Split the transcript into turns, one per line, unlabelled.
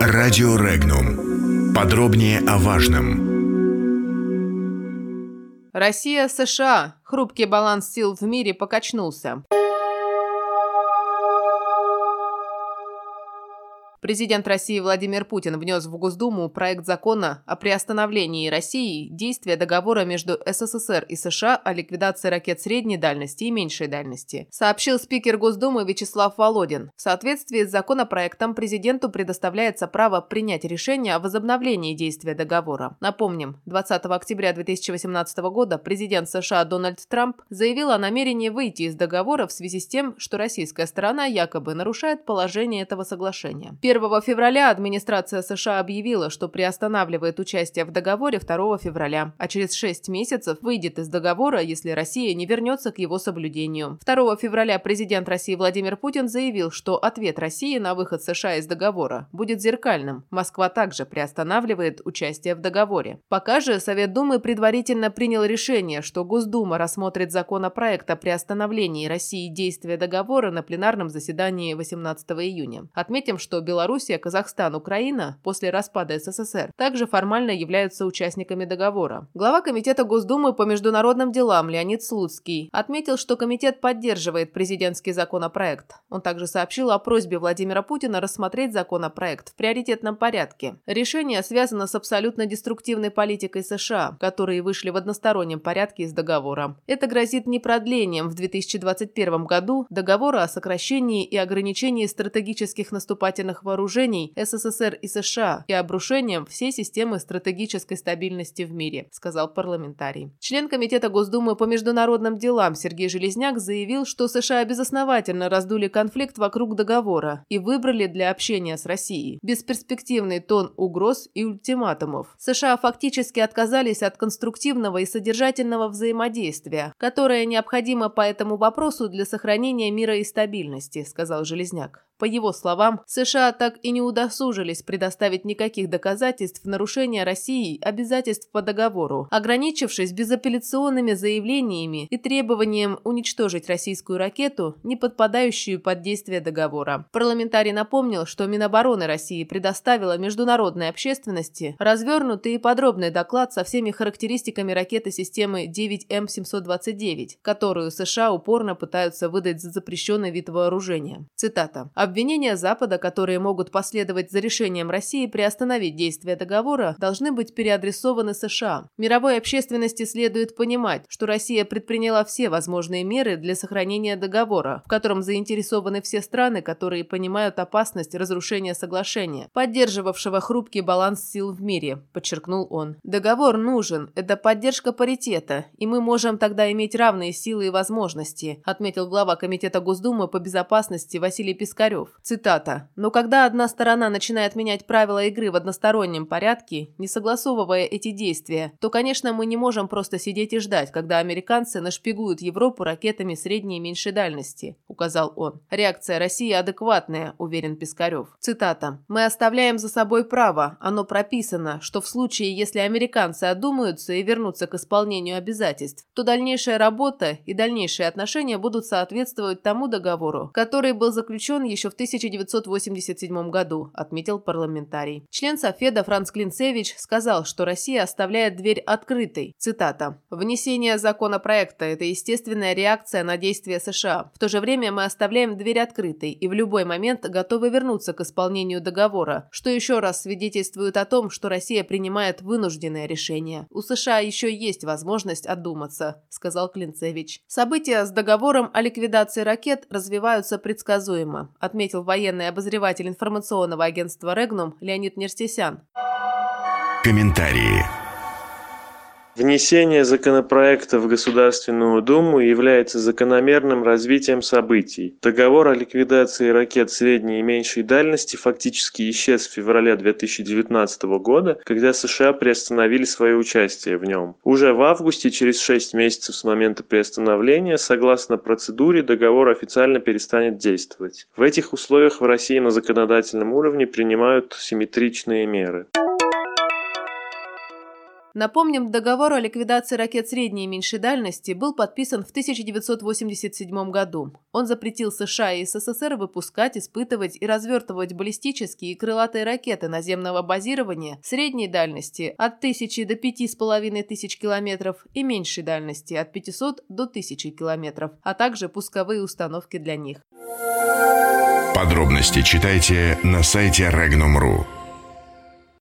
Радио Регнум. Подробнее о важном.
Россия-США. Хрупкий баланс сил в мире покачнулся. Президент России Владимир Путин внес в Госдуму проект закона о приостановлении Россией действия договора между СССР и США о ликвидации ракет средней дальности и меньшей дальности, сообщил спикер Госдумы Вячеслав Володин. В соответствии с законопроектом президенту предоставляется право принять решение о возобновлении действия договора. Напомним, 20 октября 2018 года президент США Дональд Трамп заявил о намерении выйти из договора в связи с тем, что российская сторона якобы нарушает положение этого соглашения. 1 февраля администрация США объявила, что приостанавливает участие в договоре 2 февраля, а через 6 месяцев выйдет из договора, если Россия не вернется к его соблюдению. 2 февраля президент России Владимир Путин заявил, что ответ России на выход США из договора будет зеркальным. Москва также приостанавливает участие в договоре. Пока же Совет Думы предварительно принял решение, что Госдума рассмотрит законопроект о приостановлении России действия договора на пленарном заседании 18 июня. Отметим, что Белоруссия, Казахстан, Украина после распада СССР также формально являются участниками договора. Глава Комитета Госдумы по международным делам Леонид Слуцкий отметил, что комитет поддерживает президентский законопроект. Он также сообщил о просьбе Владимира Путина рассмотреть законопроект в приоритетном порядке. Решение связано с абсолютно деструктивной политикой США, которые вышли в одностороннем порядке из договора. Это грозит не продлением в 2021 году договора о сокращении и ограничении стратегических наступательных вооружений СССР и США и обрушением всей системы стратегической стабильности в мире, сказал парламентарий. Член Комитета Госдумы по международным делам Сергей Железняк заявил, что США безосновательно раздули конфликт вокруг договора и выбрали для общения с Россией бесперспективный тон угроз и ультиматумов. США фактически отказались от конструктивного и содержательного взаимодействия, которое необходимо по этому вопросу для сохранения мира и стабильности, сказал Железняк. По его словам, США так и не удосужились предоставить никаких доказательств нарушения Россией обязательств по договору, ограничившись безапелляционными заявлениями и требованием уничтожить российскую ракету, не подпадающую под действие договора. Парламентарий напомнил, что Минобороны России предоставила международной общественности развернутый и подробный доклад со всеми характеристиками ракеты системы 9М729, которую США упорно пытаются выдать за запрещенный вид вооружения. Цитата. Обвинения Запада, которые могут последовать за решением России приостановить действие договора, должны быть переадресованы США. Мировой общественности следует понимать, что Россия предприняла все возможные меры для сохранения договора, в котором заинтересованы все страны, которые понимают опасность разрушения соглашения, поддерживавшего хрупкий баланс сил в мире, подчеркнул он. Договор нужен, это поддержка паритета, и мы можем тогда иметь равные силы и возможности, отметил глава Комитета Госдумы по безопасности Василий Пискарев. Цитата. «Но когда одна сторона начинает менять правила игры в одностороннем порядке, не согласовывая эти действия, то, конечно, мы не можем просто сидеть и ждать, когда американцы нашпигуют Европу ракетами средней и меньшей дальности», указал он. «Реакция России адекватная», уверен Пискарев. Цитата. «Мы оставляем за собой право, оно прописано, что в случае, если американцы одумаются и вернутся к исполнению обязательств, то дальнейшая работа и дальнейшие отношения будут соответствовать тому договору, который был заключен еще в 1987 году, отметил парламентарий. Член Софеда Франц Клинцевич сказал, что Россия оставляет дверь открытой. Цитата. «Внесение законопроекта – это естественная реакция на действия США. В то же время мы оставляем дверь открытой и в любой момент готовы вернуться к исполнению договора, что еще раз свидетельствует о том, что Россия принимает вынужденное решение. У США еще есть возможность одуматься», – сказал Клинцевич. События с договором о ликвидации ракет развиваются предсказуемо, отметил военный обозреватель информационного агентства «Регнум» Леонид Нерстесян.
Комментарии.
Внесение законопроекта в Государственную Думу является закономерным развитием событий. Договор о ликвидации ракет средней и меньшей дальности фактически исчез в феврале 2019 года, когда США приостановили свое участие в нем. Уже в августе, через 6 месяцев с момента приостановления, согласно процедуре, договор официально перестанет действовать. В этих условиях в России на законодательном уровне принимают симметричные меры.
Напомним, договор о ликвидации ракет средней и меньшей дальности был подписан в 1987 году. Он запретил США и СССР выпускать, испытывать и развертывать баллистические и крылатые ракеты наземного базирования средней дальности от 1000 до 5500 километров и меньшей дальности от 500 до 1000 километров, а также пусковые установки для них.
Подробности читайте на сайте Regnum.ru.